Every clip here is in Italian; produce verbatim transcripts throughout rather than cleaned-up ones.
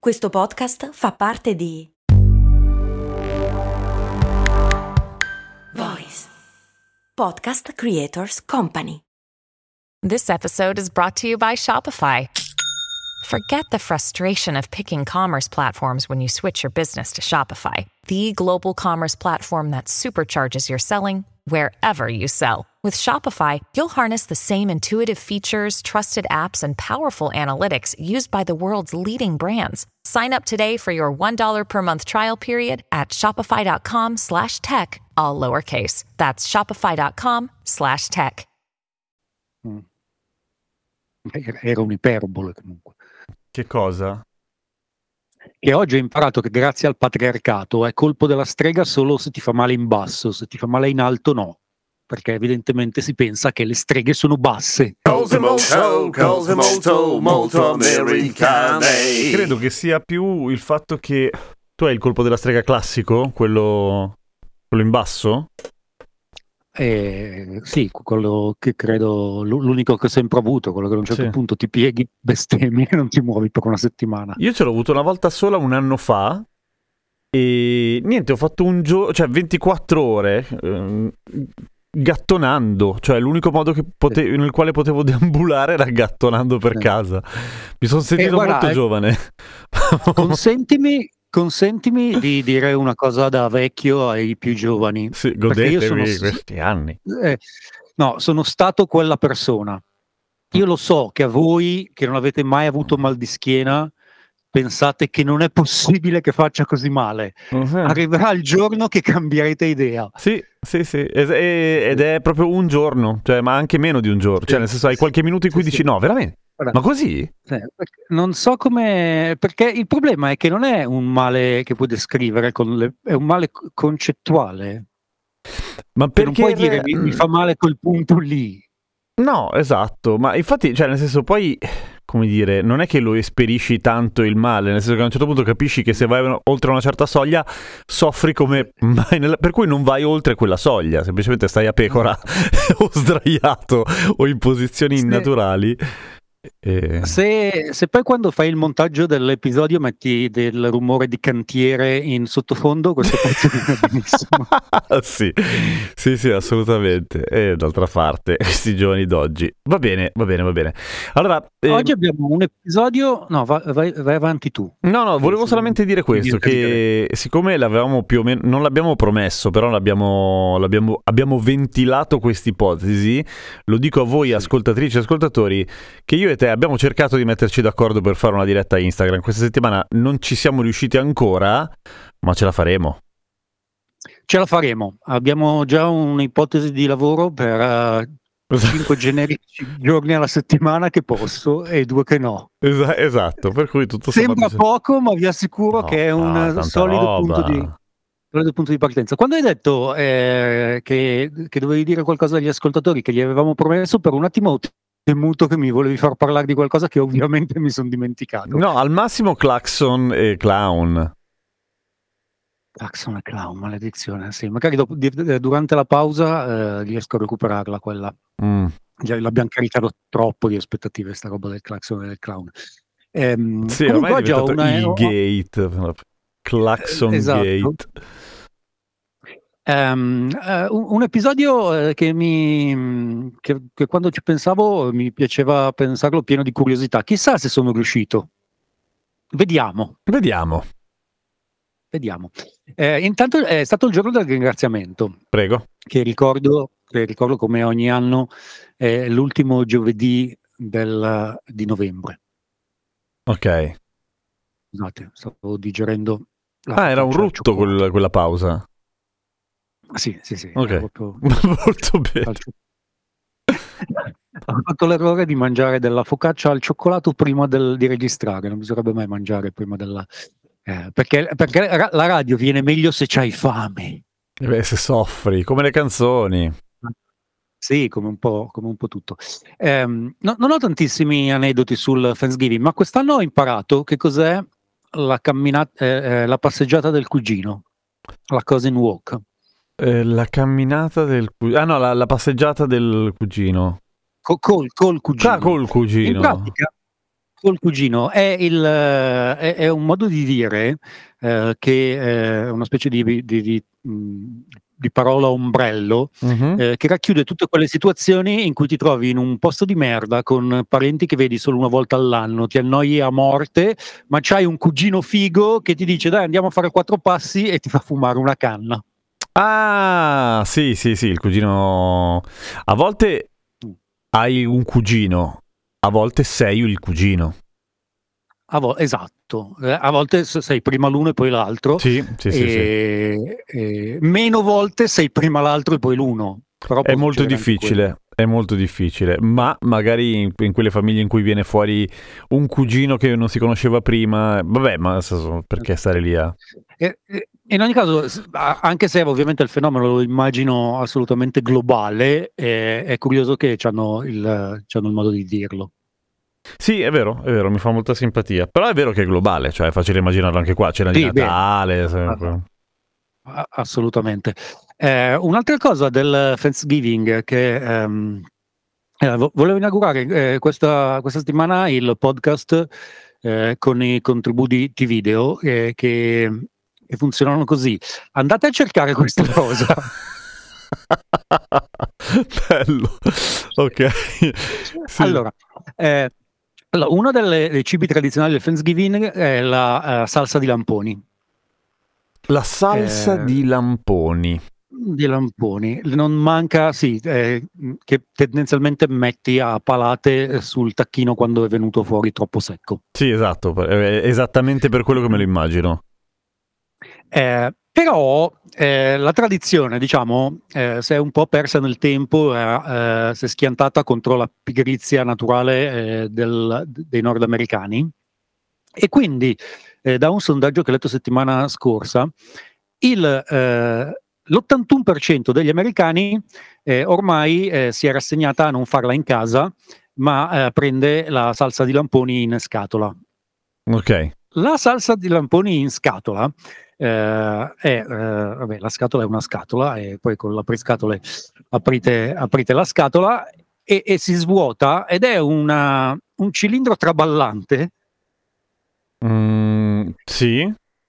Questo podcast fa parte di Voice Podcast Creators Company. This episode is brought to you by Shopify. Forget the frustration of picking commerce platforms when you switch your business to Shopify, the global commerce platform that supercharges your selling wherever you sell. With Shopify, you'll harness the same intuitive features, trusted apps, and powerful analytics used by the world's leading brands. Sign up today for your one dollar per month trial period at shopify.com slash tech, all lowercase. That's shopify.com slash tech. Mm. Era un'iperbole comunque. Che cosa? Che oggi ho imparato che grazie al patriarcato è colpo della strega solo se ti fa male in basso, se ti fa male in alto no. Perché evidentemente si pensa che le streghe sono basse. Cose molto, cose molto, molto americane. Credo che sia più il fatto che tu hai il colpo della strega classico, quello, quello in basso? Eh, sì, quello che credo, l'unico che ho sempre avuto, quello che a un certo Sì. punto ti pieghi, bestemmi e non ti muovi per una settimana. Io ce l'ho avuto una volta sola un anno fa e niente, ho fatto un giorno, cioè ventiquattro ore ehm, gattonando, cioè l'unico modo che pote- nel quale potevo deambulare era gattonando per Sì. casa. Mi sono sentito Eh, guarda, molto eh, giovane. Consentimi, consentimi di dire una cosa da vecchio ai più giovani. Sì, Perché io godetevi sono- questi anni. Eh, no, sono stato quella persona. Io lo so che a voi che non avete mai avuto mal di schiena pensate che non è possibile che faccia così male. Mhm. Arriverà il giorno che cambierete idea. Sì, sì, sì, Es- e- ed è proprio un giorno, cioè, ma anche meno di un giorno, cioè nel senso hai qualche minuto in cui Sì, dici sì. no, veramente? Guarda, Ma così? eh, perché- non so come, perché il problema è che non è un male che puoi descrivere, con le- è un male co- concettuale. Ma Che perché non puoi in dire re- mi, mi fa male quel punto lì. No, esatto, ma infatti, cioè nel senso poi, come dire, non è che lo esperisci tanto il male, nel senso che a un certo punto capisci che se vai una- oltre una certa soglia soffri come mai nella- per cui non vai oltre quella soglia, semplicemente stai a pecora o sdraiato o in posizioni Sì. innaturali. E... Se, se poi quando fai il montaggio dell'episodio metti del rumore di cantiere in sottofondo, questo pezzo viene benissimo. sì, sì, sì, assolutamente. E d'altra parte, questi giovani d'oggi. Va bene, va bene, va bene. Allora, eh, Oggi abbiamo un episodio. No, va- vai, vai avanti tu. no, no, volevo Sì, solamente dire questo, niente da che siccome l'avevamo più o meno, non l'abbiamo promesso, però l'abbiamo, l'abbiamo, abbiamo ventilato questa ipotesi, lo dico a voi Sì. ascoltatrici e ascoltatori, che io e te abbiamo cercato di metterci d'accordo per fare una diretta Instagram. Questa settimana non ci siamo riusciti ancora, ma ce la faremo. Ce la faremo. Abbiamo già un'ipotesi di lavoro per cinque generici giorni alla settimana che posso e due che no. Esa- esatto, per cui tutto Sembra sommato... poco, ma vi assicuro No, che è un no, tanta solido roba. punto di solido punto di partenza. Quando hai detto eh, che, che dovevi dire qualcosa agli ascoltatori che gli avevamo promesso, per un attimo ho temuto che mi volevi far parlare di qualcosa che ovviamente mi sono dimenticato. No, al massimo Claxon e Clown. Claxon e Clown, maledizione. Sì, magari dopo- di- eh, durante la pausa eh, riesco a recuperarla quella. Mm. Già, l'abbiamo caricato troppo di aspettative sta roba del Claxon e del Clown. Ehm, Sì, comunque ormai è oggi ho diventato una, il gate. Claxon Eh, esatto. Gate. Ehm, eh, un, un episodio eh, che mi che, che quando ci pensavo mi piaceva pensarlo pieno di curiosità. Chissà se sono riuscito. Vediamo, Vediamo, vediamo. Eh, intanto è stato il giorno del ringraziamento, prego. che ricordo, che ricordo come ogni anno è l'ultimo giovedì del, di novembre. Ok. Scusate, stavo digerendo. la Ah, era un focaccia al rutto cioccolato. quel- quella pausa. Sì, sì, sì. Ok. era proprio- Molto bene. al cio- Ho fatto l'errore di mangiare della focaccia al cioccolato prima del- di registrare, non bisognerebbe mai mangiare prima della... eh, perché, perché ra- la radio viene meglio se c'hai fame. Eh beh, se soffri, come le canzoni. Sì, come un po', come un po' tutto. Ehm, no- non ho tantissimi aneddoti sul Thanksgiving, ma quest'anno ho imparato che cos'è la camminata, eh, eh, la passeggiata del cugino, la cousin walk. Eh, la camminata del cugino. Ah no, la, la passeggiata del cugino. Co- col, col cugino. Ah, col In cugino. pratica, col cugino è, il, eh, è, è un modo di dire eh, che è una specie di, di, di, mh, di parola ombrello Mhm. eh, che racchiude tutte quelle situazioni in cui ti trovi in un posto di merda con parenti che vedi solo una volta all'anno, ti annoi a morte, ma c'hai un cugino figo che ti dice dai andiamo a fare quattro passi e ti fa fumare una canna. Ah, sì, sì, sì, il cugino. A volte hai un cugino, a volte sei il cugino. A vo- esatto, Eh, a volte s- sei prima l'uno e poi l'altro, Sì, sì, sì, sì. e, e meno volte sei prima l'altro e poi l'uno. Però È può molto succedere anche quello. difficile, è molto difficile, ma magari in, in quelle famiglie in cui viene fuori un cugino che non si conosceva prima, vabbè, ma nel senso, perché stare lì a... E- e- in ogni caso, s- a- anche se ovviamente il fenomeno lo immagino assolutamente globale, eh, è curioso che hanno il, c'hanno il modo di dirlo. Sì, è vero, è vero, mi fa molta simpatia, però è vero che è globale, cioè è facile immaginarlo anche qua, cena di Sì, beh, Natale, a- sempre. a- assolutamente. Eh, un'altra cosa del Thanksgiving che ehm, eh, vo- volevo inaugurare eh, questa, questa settimana il podcast eh, con i contributi video eh, che, che funzionano così. Andate a cercare questa cosa. Bello, ok. Sì. Allora, eh, allora, uno delle- dei cibi tradizionali del Thanksgiving è la eh, salsa di lamponi. La salsa Eh, di lamponi. di lamponi. Non manca, sì, eh, che tendenzialmente metti a palate sul tacchino quando è venuto fuori troppo secco. Sì, esatto, è esattamente per quello che me lo immagino. Eh, però eh, la tradizione, diciamo, eh, si è un po' persa nel tempo, eh, eh, si è schiantata contro la pigrizia naturale eh, del- dei nordamericani. E quindi, eh, da un sondaggio che ho letto settimana scorsa, il, eh, l'ottantuno per cento degli americani eh, ormai eh, si è rassegnata a non farla in casa, ma eh, prende la salsa di lamponi in scatola. Ok. La salsa di lamponi in scatola eh, è, eh, vabbè, la scatola è una scatola e poi con l'apriscatole aprite, aprite la scatola e, e si svuota ed è una, un cilindro traballante Mm, sì.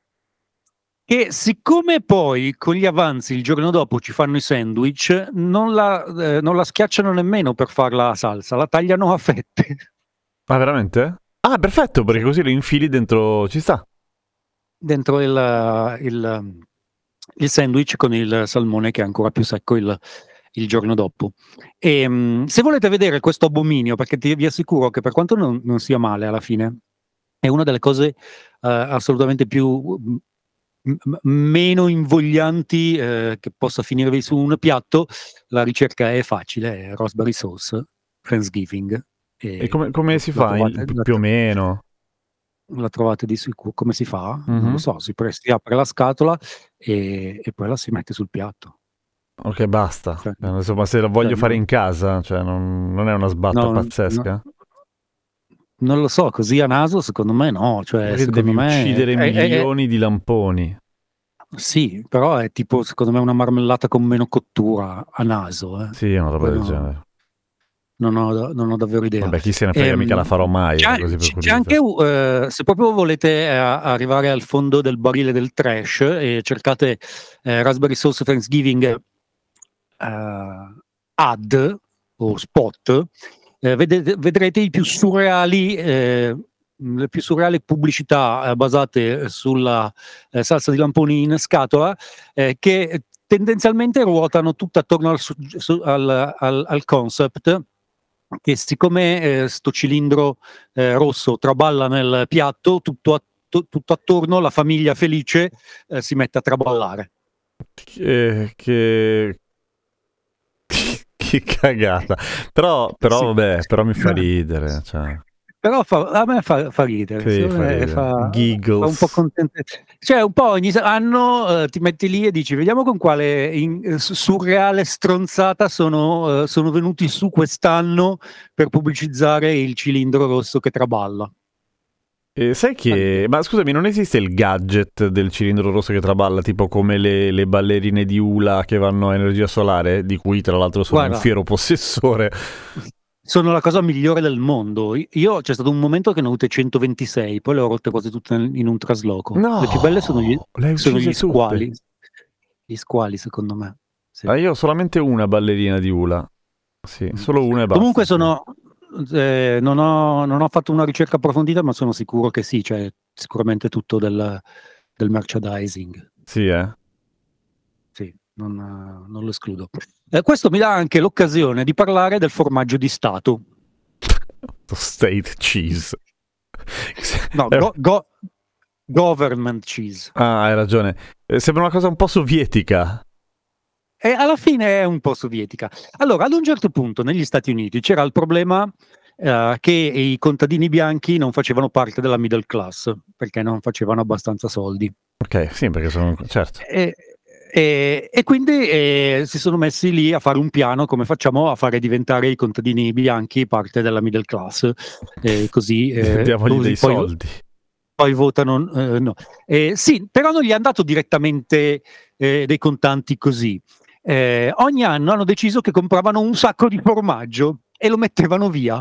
che siccome poi con gli avanzi il giorno dopo ci fanno i sandwich, non la, eh, non la schiacciano nemmeno per farla a salsa, la tagliano a fette. Ah, veramente? Ah, perfetto, perché così lo infili dentro, ci sta. Dentro il, il, il sandwich con il salmone che è ancora più secco il, il giorno dopo. E, mh, se volete vedere questo abominio, perché ti, vi assicuro che per quanto non, non sia male alla fine, è una delle cose eh, assolutamente più mh, m- meno invoglianti eh, che possa finirvi su un piatto. La ricerca è facile, è raspberry sauce Thanksgiving. E E come, come si la fa? Il- trovate, la, più o meno? la trovate di sicuro. Come si fa? Non lo Mhm. so, si, pre- si apre la scatola e, e poi la si mette sul piatto. Ok, basta. Cioè, Eh, Insomma, se la cioè, voglio fare no, in casa, cioè non, non è una sbatta no, no, pazzesca? non lo so, così a naso secondo me no, cioè Perché secondo devi me uccidere è- è- è- milioni di lamponi. sì, però è tipo secondo me una marmellata con meno cottura a naso, eh. Sì, è una roba Poi del no, genere. non ho, da- non ho davvero idea. Vabbè, chi se ne frega, mica la Ehm, farò mai, c'è, eh, così per c'è- c'è curiosità. anche, eh, se proprio volete eh, arrivare al fondo del barile del trash e cercate eh, Raspberry Sauce Thanksgiving eh, ad o spot, eh, vedete- vedrete i più surreali, eh, le più surreali pubblicità eh, basate sulla eh, salsa di lamponi in scatola, eh, che tendenzialmente ruotano tutte attorno al, su- su- al- al- al concept che siccome eh, sto cilindro eh, rosso traballa nel piatto, tutto, atto- tutto attorno la famiglia felice eh, si mette a traballare. Che, che... che cagata. Però, però Sì. vabbè, però mi fa ridere. Cioè. Però fa- a me fa, fa ridere, Sì, secondo fa me ridere. fa, fa un Giggles. po' contento. Cioè, un po' ogni anno eh, ti metti lì e dici: vediamo con quale in- eh, surreale stronzata sono, eh, sono venuti su quest'anno per pubblicizzare il cilindro rosso che traballa. E sai che... Ma scusami, non esiste il gadget del cilindro rosso che traballa, tipo come le, le ballerine di hula che vanno a energia solare, di cui tra l'altro sono Guarda, un fiero possessore? sono la cosa migliore del mondo. Io c'è stato un momento che ne ho avute centoventisei, poi le ho rotte quasi tutte in un trasloco. No, le più belle sono gli, le sono uccise gli tutte. squali. Gli squali, secondo me. Sì. Ah, io ho solamente una ballerina di hula. Sì, solo una e basta. Comunque sono... Eh, non, ho, non ho fatto una ricerca approfondita, ma sono sicuro che sì, cioè sicuramente tutto del, del merchandising. Sì, eh? Sì, non, non lo escludo. Eh, questo mi dà anche l'occasione di parlare del formaggio di Stato. State cheese. No, go, go, government cheese. Ah, hai ragione. Eh, sembra una cosa un po' sovietica. E alla fine è un po' sovietica. Allora, ad un certo punto negli Stati Uniti c'era il problema eh, che i contadini bianchi non facevano parte della middle class, perché non facevano abbastanza soldi. Ok, sì, perché sono... certo. E, e, e quindi eh, si sono messi lì a fare un piano, come facciamo a fare diventare i contadini bianchi parte della middle class, eh, così... Eh, diamogli così dei poi, soldi. Poi votano... Eh, no. Eh, sì, però non gli hanno dato direttamente eh, dei contanti così. Eh, ogni anno hanno deciso che compravano un sacco di formaggio e lo mettevano via.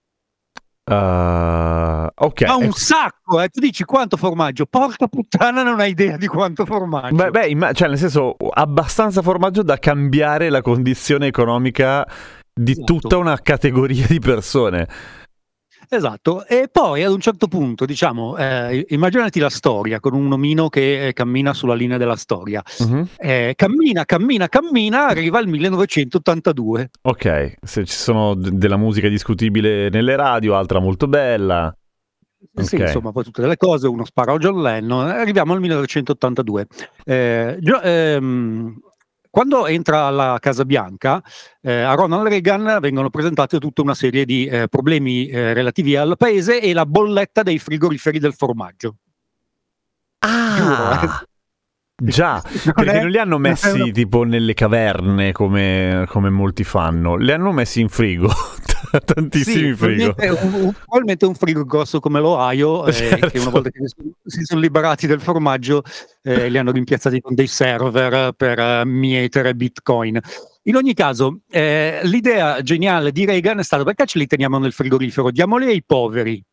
Uh, ok. Ma un sacco, eh? Tu dici quanto formaggio? Porca puttana, non hai idea di quanto formaggio. Beh, beh imma- cioè nel senso, abbastanza formaggio da cambiare la condizione economica di Esatto. tutta una categoria di persone. Esatto, e poi ad un certo punto, diciamo, eh, immaginati la storia con un omino che eh, cammina sulla linea della storia. Uh-huh. Eh, cammina, cammina, cammina, arriva al millenovecentottantadue. Ok, se ci sono d- della musica discutibile nelle radio, altra molto bella. Sì, Okay. insomma, poi tutte delle cose, uno spara a John Lennon, arriviamo al millenovecentottantadue. Eh, Gio- ehm, quando entra alla Casa Bianca, eh, a Ronald Reagan vengono presentate tutta una serie di eh, problemi eh, relativi al paese e la bolletta dei frigoriferi del formaggio. Ah! Giuro, eh. Già, Non perché è- non li hanno messi non è una- tipo nelle caverne come, come molti fanno, li hanno messi in frigo, tantissimi Sì, frigo. probabilmente un, un, probabilmente un frigo grosso come l'Ohio, eh, Certo. che una volta che si, si sono liberati del formaggio, eh, li hanno rimpiazzati con dei server per uh, mietere Bitcoin. In ogni caso, eh, l'idea geniale di Reagan è stata: perché ce li teniamo nel frigorifero? Diamoli ai poveri.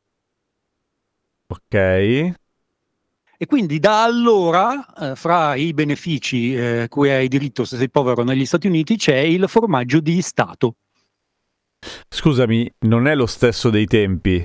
Ok. E quindi da allora, eh, fra i benefici eh, cui hai diritto se sei povero negli Stati Uniti, c'è il formaggio di Stato. Scusami, non è lo stesso dei tempi?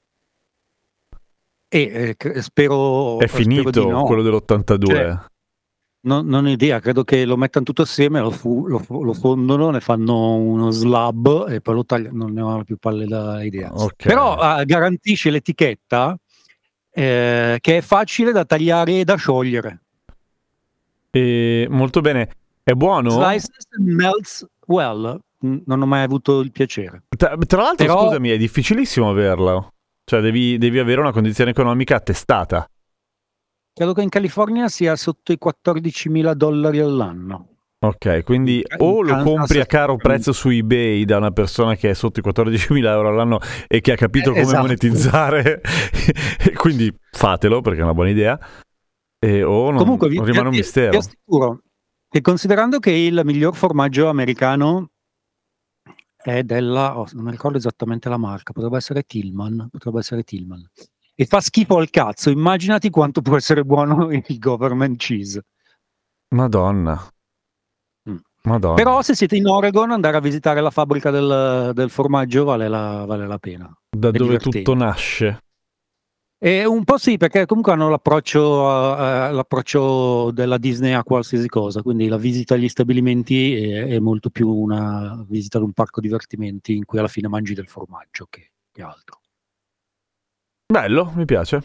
E eh, cre- spero, È spero finito di no. quello dell'ottantadue? Cioè, non, non ho idea, credo che lo mettano tutto assieme, lo, fu- lo, fu- lo fondono, ne fanno uno slab e poi lo tagliano, non ne ho più pallida idea. Ok. Però ah, garantisce l'etichetta eh, che è facile da tagliare e da sciogliere. E, molto bene. È buono? Slices and melts well. Mm, non ho mai avuto il piacere. Tra, tra l'altro, Però- scusami, è difficilissimo averlo. Cioè, devi, devi avere una condizione economica attestata. Credo che in California sia sotto i quattordicimila dollari all'anno. Ok, quindi In- o in lo Kansas compri a caro sicuramente. prezzo su eBay da una persona che è sotto i quattordicimila euro all'anno e che ha capito Eh, come esatto. monetizzare, e quindi fatelo perché è una buona idea, e, o non, Comunque vi, non rimane un vi- mistero. vi assicuro che, considerando che il miglior formaggio americano è della, oh, non mi ricordo esattamente la marca, potrebbe essere Tillman, potrebbe essere Tillman, e fa schifo al cazzo, immaginati quanto può essere buono il government cheese. Madonna. Mm. Madonna. Però se siete in Oregon, andare a visitare la fabbrica del, del formaggio vale la, vale la pena. da è dove divertente. tutto nasce. E un po' sì, perché comunque hanno l'approccio, eh, l'approccio della Disney a qualsiasi cosa, quindi la visita agli stabilimenti è, è molto più una visita ad un parco divertimenti in cui alla fine mangi del formaggio che, che altro. Bello, mi piace.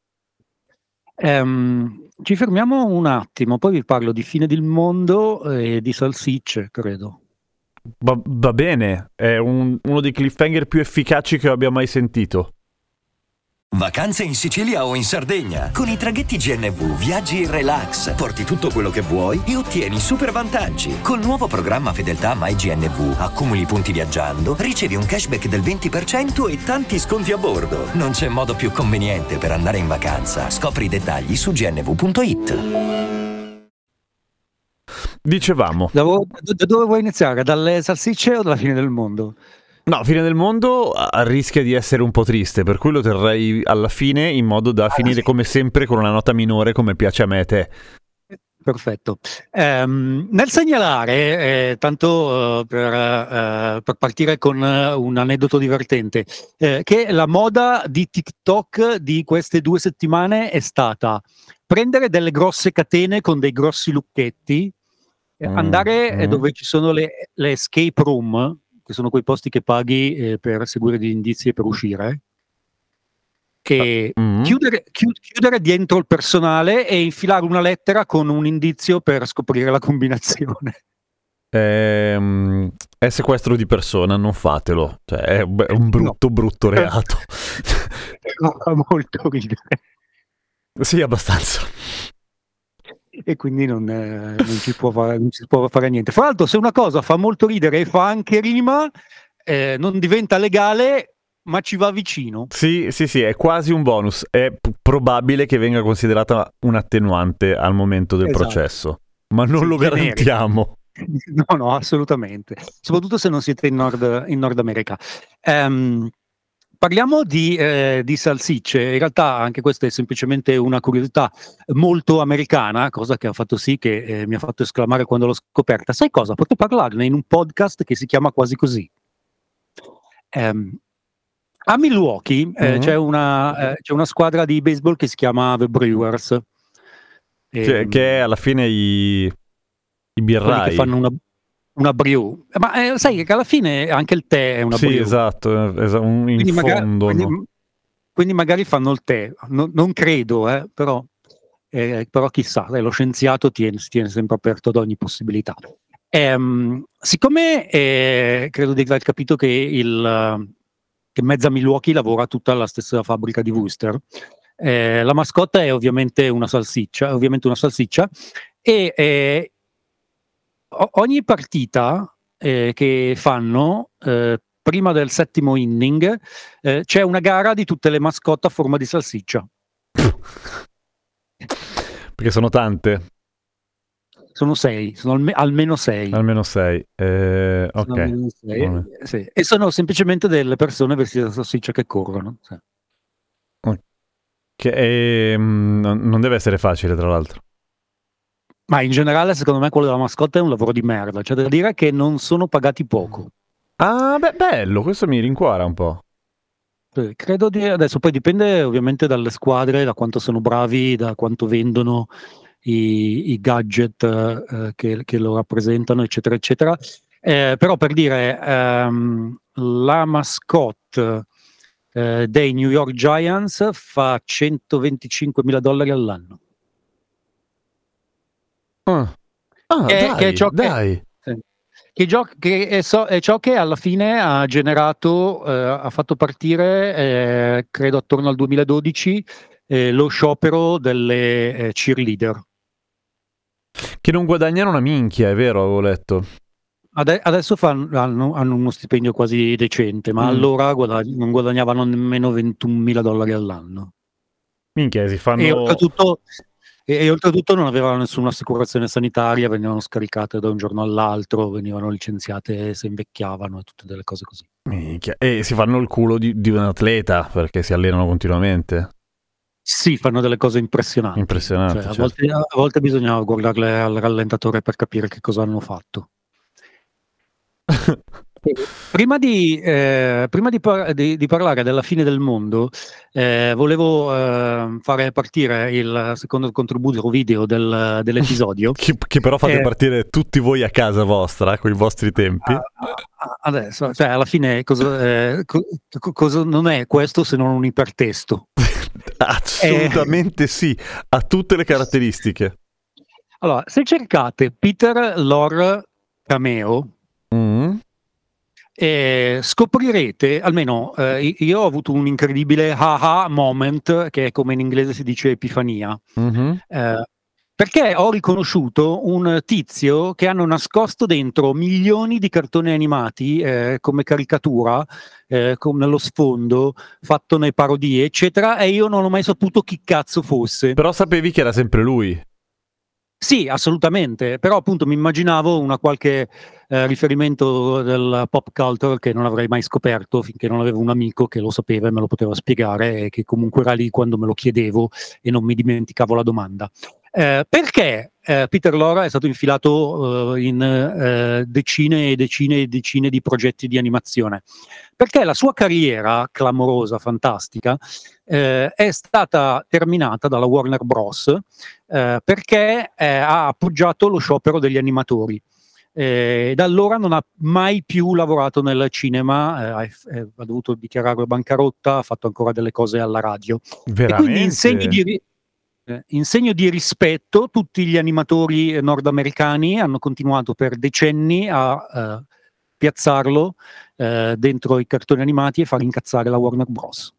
Ehm, ci fermiamo un attimo, poi vi parlo di Fine del Mondo e di salsicce, credo. Va, va bene, è un- uno dei cliffhanger più efficaci che abbia mai sentito. Vacanze in Sicilia o in Sardegna. Con i traghetti G N V viaggi in relax, porti tutto quello che vuoi e ottieni super vantaggi. Col nuovo programma Fedeltà MyGNV accumuli punti viaggiando, ricevi un cashback del venti per cento e tanti sconti a bordo. Non c'è modo più conveniente per andare in vacanza. Scopri i dettagli su g n v punto i t. Dicevamo, Da, vo- da dove vuoi iniziare? Dalle salsicce o dalla Fine del Mondo? No, Fine del mondo ah, rischia di essere un po' triste, per cui lo terrei alla fine in modo da Ah, finire sì. come sempre con una nota minore come piace a me e te. Perfetto. Ehm, nel segnalare, eh, tanto eh, per, eh, per partire con eh, un aneddoto divertente, eh, che la moda di TikTok di queste due settimane è stata prendere delle grosse catene con dei grossi lucchetti, eh, Mm, andare eh, mm. dove ci sono le, le escape room, che sono quei posti che paghi eh, per seguire degli indizi e per uscire, e Mm. chiudere, chi- chiudere dentro il personale e infilare una lettera con un indizio per scoprire la combinazione. Ehm, è sequestro di persona, non fatelo. Cioè, è un è un brutto, No. brutto reato. Però fa molto ridere Sì, abbastanza. e quindi non, eh, non ci può fare, non si può fare niente. Fra l'altro, se una cosa fa molto ridere e fa anche rima, eh, non diventa legale, ma ci va vicino. Sì, sì, sì, è quasi un bonus. È p- probabile che venga considerata un attenuante al momento del Esatto. processo, ma non Sì, lo generico. garantiamo. No, no, assolutamente. Soprattutto se non siete in Nord, in Nord America. Ehm, parliamo di, eh, di salsicce. In realtà anche questa è semplicemente una curiosità molto americana, cosa che ha fatto sì che eh, mi ha fatto esclamare quando l'ho scoperta. Sai cosa? Potrei parlarne in un podcast che si chiama Quasi Così. Ehm, a Milwaukee eh, Mhm. c'è, una, eh, c'è una squadra di baseball che si chiama The Brewers. Che, Ehm, che è alla fine i, i quelli che birrai. fanno una, una brew. Ma eh, sai che alla fine anche il tè è una Sì, brew. esatto, es- un- in Quindi, maga- fondo. quindi- No? quindi magari fanno il tè. Non, non credo, eh, però, eh, però chissà, eh, lo scienziato tiene, si tiene sempre aperto ad ogni possibilità. Ehm, siccome eh, credo di aver capito che, il, che mezza Milwaukee lavora tutta alla stessa fabbrica di Worcester, eh, la mascotta è ovviamente una salsiccia, ovviamente una salsiccia, e eh, o- ogni partita eh, che fanno eh, prima del settimo inning eh, c'è una gara di tutte le mascotte a forma di salsiccia. Perché sono tante, Sono sei, sono alme- almeno sei. almeno sei. Eh, Sono ok. almeno sei, Vabbè. eh, sì. E sono semplicemente delle persone vestite da salsiccia che corrono. Sì. Che è- mm, non non deve essere facile, tra l'altro. Ma in generale, secondo me, quello della mascotta è un lavoro di merda. C'è da dire che non sono pagati poco. Ah, beh, bello, questo mi rincuora un po'. Sì, credo di adesso poi dipende ovviamente dalle squadre, da quanto sono bravi, da quanto vendono i, i gadget eh, che, che lo rappresentano, eccetera, eccetera. Eh, però per dire, ehm, la mascotte eh, dei New York Giants fa centoventicinquemila dollari all'anno. Ah, Ah, Che, è- che è dai, ciò che, dai. sì. Che gio- che è, so- è ciò che alla fine ha generato, eh, ha fatto partire, eh, credo attorno al duemiladodici, eh, lo sciopero delle eh, cheerleader. Che non guadagnano una minchia, è vero, avevo letto. Ade- adesso fan- hanno, hanno uno stipendio quasi decente, ma Mm. allora guadagn- non guadagnavano nemmeno ventunomila dollari all'anno. Minchia, si E fanno... oltretutto, e, e oltretutto non avevano nessuna assicurazione sanitaria, venivano scaricate da un giorno all'altro, venivano licenziate se invecchiavano e tutte delle cose così. Minchia. E si fanno il culo di, di un atleta perché si allenano continuamente. Sì, fanno delle cose impressionanti. Impressionante, Cioè, a, certo. volte, a volte bisognava guardarle al rallentatore per capire che cosa hanno fatto. Prima di, eh, prima di, par- di- di parlare della fine del mondo, eh, volevo eh, fare partire il secondo contributo video del- dell'episodio. Che, che però fate Eh, partire tutti voi a casa vostra con i vostri tempi. a- a- adesso, cioè, alla fine, cosa, eh, co- co- cosa non è questo se non un ipertesto? Assolutamente sì, ha tutte le caratteristiche. Allora, se cercate Peter Lorre Cameo, Mm. e scoprirete, almeno eh, io ho avuto un incredibile aha moment, che è come in inglese si dice epifania, Mhm. eh, perché ho riconosciuto un tizio che hanno nascosto dentro milioni di cartoni animati eh, come caricatura, eh, con nello sfondo, fatto nei parodie, eccetera, e io non ho mai saputo chi cazzo fosse. Però sapevi che era sempre lui. Sì, assolutamente, però appunto mi immaginavo una qualche eh, riferimento del pop culture che non avrei mai scoperto finché non avevo un amico che lo sapeva e me lo poteva spiegare e che comunque era lì quando me lo chiedevo e non mi dimenticavo la domanda. Eh, perché eh, Peter Lorre è stato infilato eh, in eh, decine e decine e decine di progetti di animazione? Perché la sua carriera clamorosa, fantastica, eh, è stata terminata dalla Warner Bros. Eh, perché eh, ha appoggiato lo sciopero degli animatori. Eh, da allora non ha mai più lavorato nel cinema, eh, ha, ha dovuto dichiarare bancarotta, ha fatto ancora delle cose alla radio. Veramente? E quindi in segno di, eh, in segno di rispetto tutti gli animatori nordamericani hanno continuato per decenni a eh, piazzarlo eh, dentro i cartoni animati e far incazzare la Warner Bros.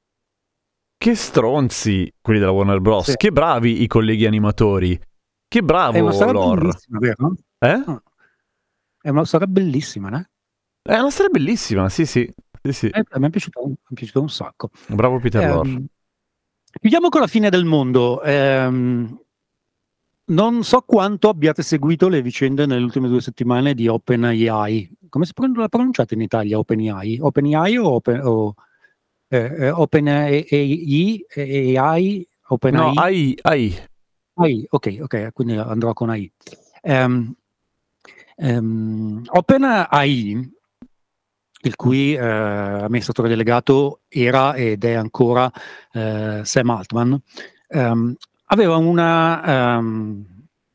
Che stronzi quelli della Warner Bros. Sì. Che bravi i colleghi animatori. Che bravo È una storia Lor. bellissima, vero? Eh? Ah. È una storia bellissima, né? È una storia bellissima, sì sì. sì, sì. Eh, a me è piaciuto, mi è piaciuto un sacco. Bravo Peter Lorre. Ehm, chiudiamo con la fine del mondo. Ehm, non so quanto abbiate seguito le vicende nelle ultime due settimane di OpenAI. Come si pron- la pronunciate in Italia OpenAI? OpenAI o, open, o eh, eh, OpenAI? AI? OpenAI? No, AI, AI. AI, ok, ok, quindi andrò con A I. Um, um, OpenAI, il cui eh, amministratore delegato era ed è ancora eh, Sam Altman, um, aveva una, um,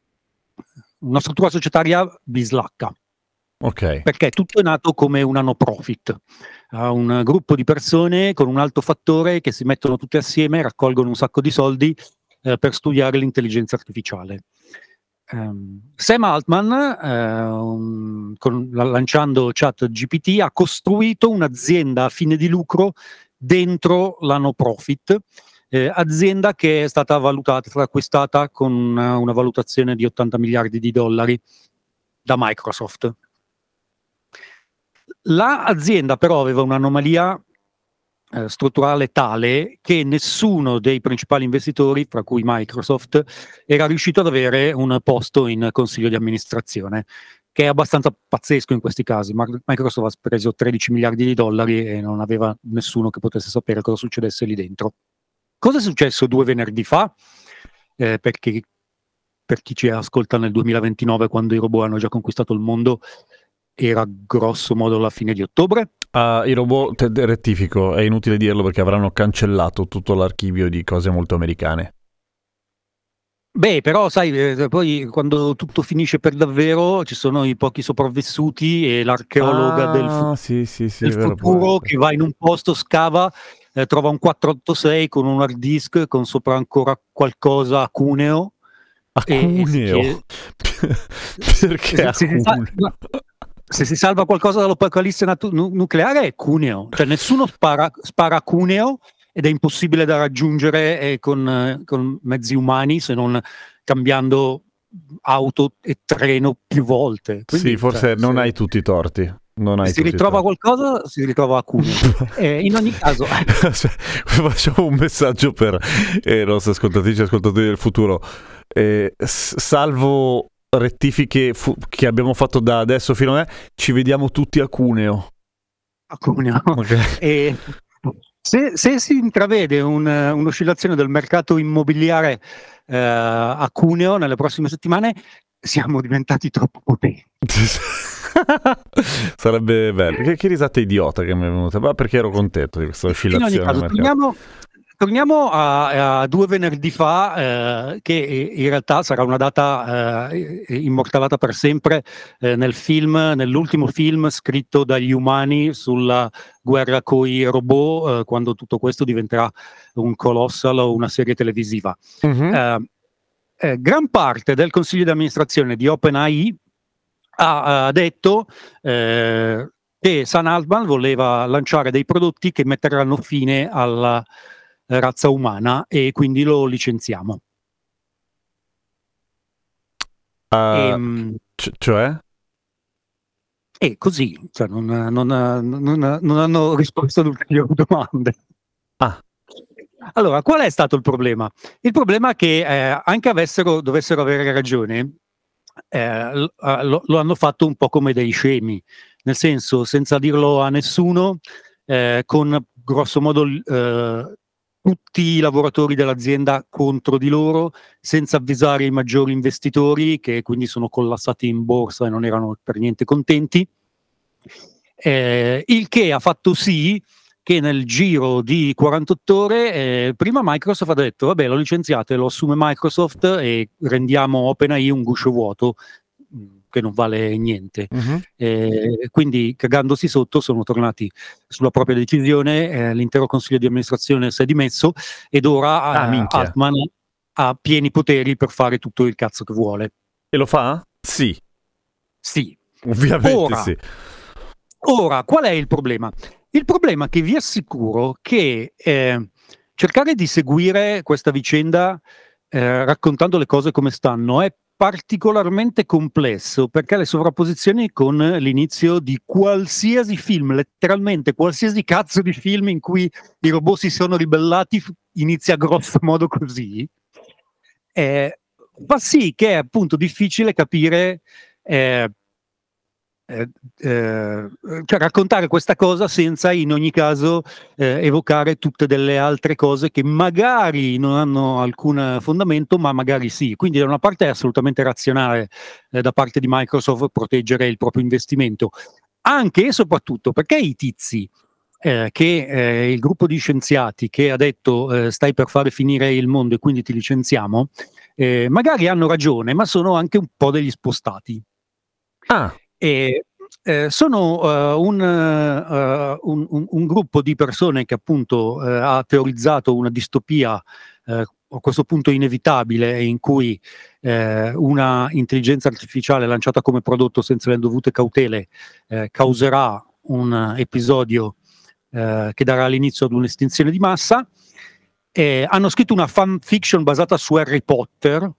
una struttura societaria bislacca. Ok. Perché tutto è nato come una no profit, uh, un gruppo di persone con un alto fattore che si mettono tutte assieme, raccolgono un sacco di soldi uh, per studiare l'intelligenza artificiale. Um, Sam Altman, uh, um, con, la, lanciando ChatGPT, ha costruito un'azienda a fine di lucro dentro la no profit, eh, azienda che è stata valutata, è stata acquistata con una, una valutazione di ottanta miliardi di dollari da Microsoft. L'azienda però aveva un'anomalia eh, strutturale tale che nessuno dei principali investitori, fra cui Microsoft, era riuscito ad avere un posto in consiglio di amministrazione, che è abbastanza pazzesco in questi casi. Microsoft ha preso tredici miliardi di dollari e non aveva nessuno che potesse sapere cosa succedesse lì dentro. Cosa è successo due venerdì fa? Eh, perché per chi ci ascolta nel duemilaventinove, quando i robot hanno già conquistato il mondo, era grosso modo la fine di ottobre. Uh, I robot, te, te, rettifico, è inutile dirlo perché avranno cancellato tutto l'archivio di cose molto americane. Beh, però sai, eh, poi quando tutto finisce per davvero ci sono i pochi sopravvissuti e l'archeologa ah, del, fu- sì, sì, sì, del vero, futuro che va in un posto, scava, eh, trova un quattrocentoottantasei con un hard disk con sopra ancora qualcosa a Cuneo. A e, Cuneo? E si perché a se, Cuneo? Si salva, se si salva qualcosa dall'apocalisse natu- nu- nucleare è Cuneo. Cioè nessuno spara, spara a Cuneo ed è impossibile da raggiungere eh, con, eh, con mezzi umani se non cambiando auto e treno più volte. Quindi, sì, forse cioè, non se, hai tutti i torti. Non hai se si tutti ritrova i torti. qualcosa, si ritrova a Cuneo. eh, in ogni caso... Facciamo un messaggio per eh, i nostri ascoltatrici e ascoltatori del futuro. Eh, salvo rettifiche fu- che abbiamo fatto da adesso fino a... ci vediamo tutti a Cuneo. A Cuneo. Okay. E se, se si intravede un, un'oscillazione del mercato immobiliare eh, a Cuneo nelle prossime settimane, siamo diventati troppo potenti. Sarebbe bello. Che, che risata idiota che mi è venuta, ma perché ero contento di questa oscillazione. In ogni caso, torniamo, torniamo a, a due venerdì fa, eh, che in realtà sarà una data eh, immortalata per sempre eh, nel film, nell'ultimo film scritto dagli umani sulla guerra coi robot, eh, quando tutto questo diventerà un colossal o una serie televisiva. Mm-hmm. Eh, eh, gran parte del consiglio di amministrazione di OpenAI ha, ha detto eh, che Sam Altman voleva lanciare dei prodotti che metteranno fine alla razza umana e quindi lo licenziamo. Uh, e, c- cioè? E così, cioè non, non, non, non hanno risposto ad ulteriori domande. Ah. Allora, qual è stato il problema? Il problema è che eh, anche avessero, dovessero avere ragione, eh, lo, lo- lo hanno fatto un po' come dei scemi, nel senso, senza dirlo a nessuno, eh, con grosso modo eh, tutti i lavoratori dell'azienda contro di loro, senza avvisare i maggiori investitori, che quindi sono collassati in borsa e non erano per niente contenti. Eh, il che ha fatto sì che nel giro di quarantotto ore eh, prima Microsoft ha detto vabbè, lo licenziate, lo assume Microsoft e rendiamo OpenAI un guscio vuoto mh, che non vale niente. Mhm. Eh, quindi cagandosi sotto sono tornati sulla propria decisione, eh, l'intero consiglio di amministrazione si è dimesso ed ora Ah, eh, minchia. Altman ha pieni poteri per fare tutto il cazzo che vuole. E lo fa? Sì, Sì. ovviamente Ora, sì. Ora, qual è il problema? Il problema è che vi assicuro che eh, cercare di seguire questa vicenda eh, raccontando le cose come stanno è particolarmente complesso perché le sovrapposizioni con l'inizio di qualsiasi film, letteralmente qualsiasi cazzo di film in cui i robot si sono ribellati f- inizia grosso modo così, eh, fa sì che è appunto difficile capire eh, eh, eh, cioè raccontare questa cosa senza in ogni caso eh, evocare tutte delle altre cose che magari non hanno alcun fondamento, ma magari sì. Quindi da una parte è assolutamente razionale eh, da parte di Microsoft proteggere il proprio investimento, anche e soprattutto perché i tizi eh, che eh, il gruppo di scienziati che ha detto eh, stai per fare finire il mondo e quindi ti licenziamo, eh, magari hanno ragione, ma sono anche un po' degli spostati. Ah, E eh, sono eh, un, eh, un, un- un gruppo di persone che appunto eh, ha teorizzato una distopia eh, a questo punto inevitabile in cui eh, una intelligenza artificiale lanciata come prodotto senza le dovute cautele eh, causerà un episodio eh, che darà l'inizio ad un'estinzione di massa. Eh, hanno scritto una fan fiction basata su Harry Potter,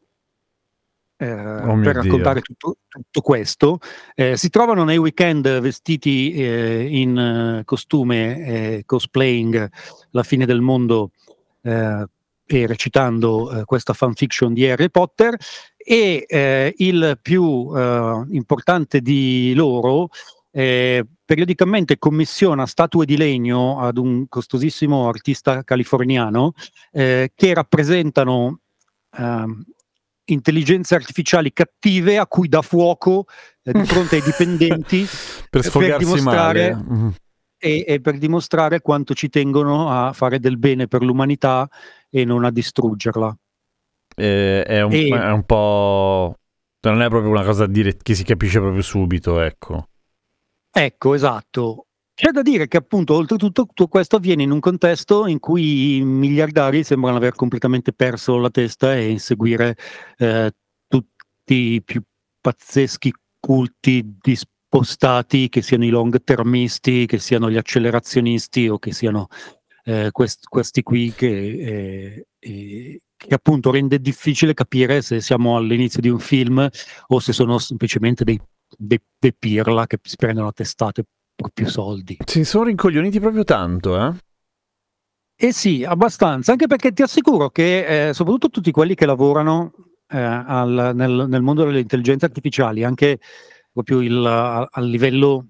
eh, oh mio per Dio. raccontare tutto, tutto questo. Eh, si trovano nei weekend vestiti eh, in eh, costume, eh, cosplaying la fine del mondo eh, e recitando eh, questa fanfiction di Harry Potter. E eh, il più eh, importante di loro eh, periodicamente commissiona statue di legno ad un costosissimo artista californiano eh, che rappresentano ehm, intelligenze artificiali cattive a cui dà fuoco eh, di fronte ai dipendenti Per eh, sfogarsi dimostrare, male. Mhm. e, e per dimostrare quanto ci tengono a fare del bene per l'umanità e non a distruggerla. Eh, è, un, E è un po'... non è proprio una cosa dire- che si capisce proprio subito, ecco. ecco, esatto. C'è da dire che appunto oltretutto tutto questo avviene in un contesto in cui i miliardari sembrano aver completamente perso la testa e inseguire eh, tutti i più pazzeschi culti dispostati, che siano i long termisti, che siano gli accelerazionisti o che siano eh, quest- questi qui che, eh, eh, che appunto rende difficile capire se siamo all'inizio di un film o se sono semplicemente dei, dei, dei pirla che si prendono a testate per più soldi. Si sono rincoglioniti proprio tanto, eh? Eh sì, abbastanza, anche perché ti assicuro che eh, soprattutto tutti quelli che lavorano eh, al- nel, nel mondo delle intelligenze artificiali, anche proprio il, a, a livello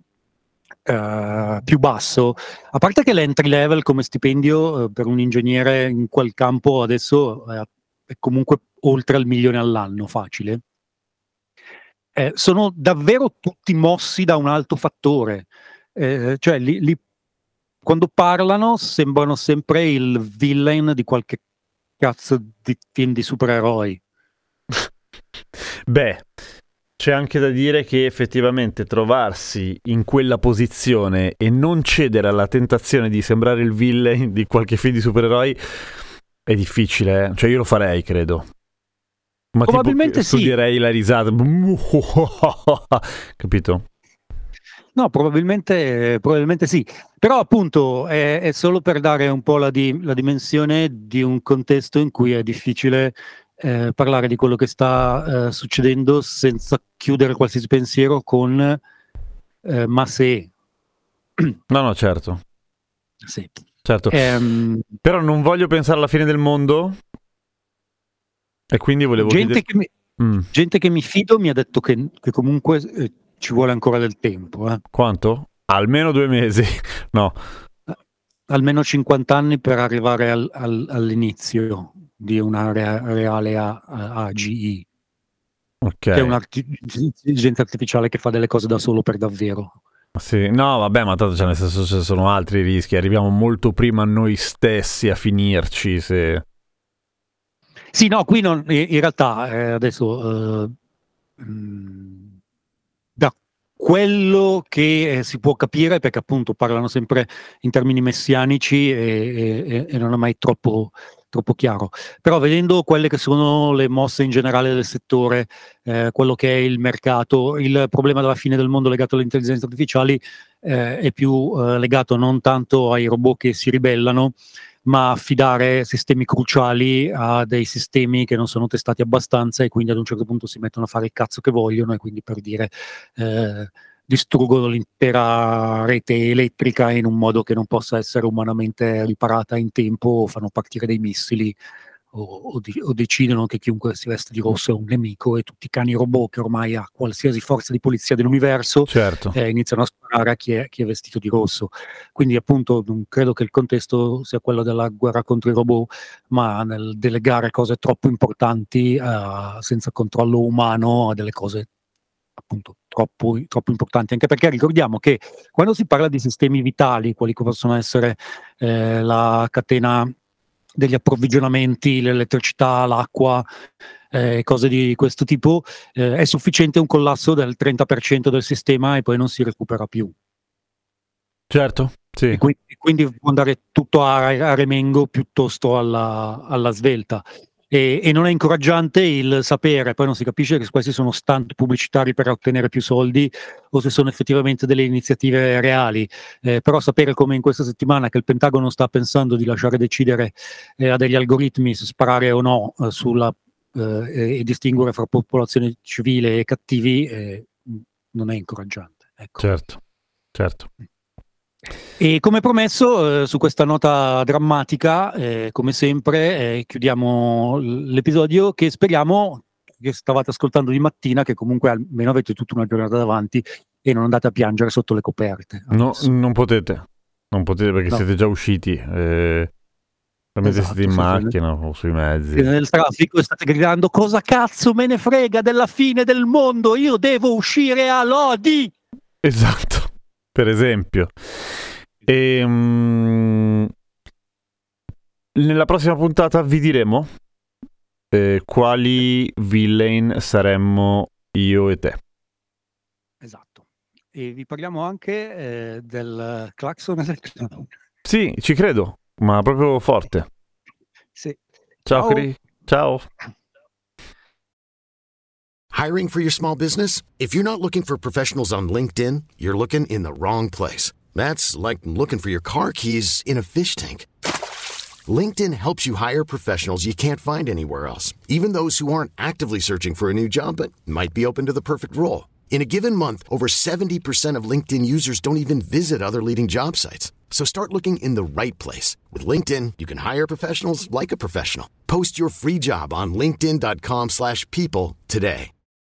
eh, più basso, a parte che l'entry level come stipendio eh, per un ingegnere in quel campo adesso eh, è comunque oltre al milione all'anno, facile, eh, sono davvero tutti mossi da un alto fattore. Eh, cioè, li, li- quando parlano sembrano sempre il villain di qualche cazzo di film di supereroi. Beh, c'è anche da dire che effettivamente trovarsi in quella posizione e non cedere alla tentazione di sembrare il villain di qualche film di supereroi è difficile, eh? Cioè io lo farei, credo. Ma Probabilmente tipo sì. studierei la risata. Capito? No, probabilmente, probabilmente sì, però appunto è, è solo per dare un po' la, di- la dimensione di un contesto in cui è difficile eh, parlare di quello che sta eh, succedendo senza chiudere qualsiasi pensiero con eh, ma se, No, no, certo. sì. certo. Ehm, Però non voglio pensare alla fine del mondo e quindi volevo gente, chiedere... che mi, mm. gente che mi fido mi ha detto che, che comunque eh, ci vuole ancora del tempo. Eh. Quanto? Almeno due mesi. No. Almeno cinquanta anni per arrivare al, al, all'inizio di una re, reale A G I. Ok. Che è un'intelligenza artificiale che fa delle cose da solo per davvero. Sì, no, vabbè, ma tanto cioè, nel senso ci sono altri rischi. Arriviamo molto prima noi stessi a finirci. Se... Sì, no, qui non, in realtà eh, adesso eh, mh, da quello che eh, si può capire, perché appunto parlano sempre in termini messianici e, e, e non è mai troppo, troppo chiaro, però vedendo quelle che sono le mosse in generale del settore, eh, quello che è il mercato, il problema della fine del mondo legato alle intelligenze artificiali eh, è più eh, legato non tanto ai robot che si ribellano, ma affidare sistemi cruciali a dei sistemi che non sono testati abbastanza e quindi ad un certo punto si mettono a fare il cazzo che vogliono, e quindi per dire eh, distruggono l'intera rete elettrica in un modo che non possa essere umanamente riparata in tempo, o fanno partire dei missili o, o, di, o decidono che chiunque si veste di rosso è un nemico e tutti i cani robot che ormai ha qualsiasi forza di polizia dell'universo certo. eh, iniziano a sparare a chi è, chi è vestito di rosso. Quindi appunto non credo che il contesto sia quello della guerra contro i robot, ma nel delegare cose troppo importanti uh, senza controllo umano a delle cose appunto troppo, troppo importanti, anche perché ricordiamo che quando si parla di sistemi vitali, quali possono essere eh, la catena degli approvvigionamenti, l'elettricità, l'acqua, eh, cose di questo tipo, eh, è sufficiente un collasso del trenta per cento del sistema e poi non si recupera più. Certo, sì. E quindi, quindi può andare tutto a, a remengo piuttosto alla, alla svelta. E, e non è incoraggiante il sapere, poi non si capisce che questi sono stunt pubblicitari per ottenere più soldi o se sono effettivamente delle iniziative reali, eh, però sapere come in questa settimana che il Pentagono sta pensando di lasciare decidere eh, a degli algoritmi se sparare o no eh, sulla, eh, e distinguere fra popolazione civile e cattivi eh, non è incoraggiante. Ecco. Certo, certo. E come promesso, eh, su questa nota drammatica, eh, come sempre, eh, chiudiamo l'episodio che speriamo che stavate ascoltando di mattina, che comunque almeno avete tutta una giornata davanti e non andate a piangere sotto le coperte. No, non potete, non potete perché no. siete già usciti. Eh, esatto, siete in macchina nel, o sui mezzi. Nel traffico state gridando: cosa cazzo me ne frega della fine del mondo? Io devo uscire a Lodi! Esatto, per esempio. E, um, nella prossima puntata vi diremo eh, quali villain saremmo io e te. Esatto. E vi parliamo anche eh, del clacson. Sì, ci credo, ma proprio forte. Sì. Ciao, Ciao. Cri. Ciao. Hiring for your small business? If you're not looking for professionals on LinkedIn, you're looking in the wrong place. That's like looking for your car keys in a fish tank. LinkedIn helps you hire professionals you can't find anywhere else, even those who aren't actively searching for a new job but might be open to the perfect role. In a given month, over seventy percent of LinkedIn users don't even visit other leading job sites. So start looking in the right place. With LinkedIn, you can hire professionals like a professional. Post your free job on linkedin dot com slash people today.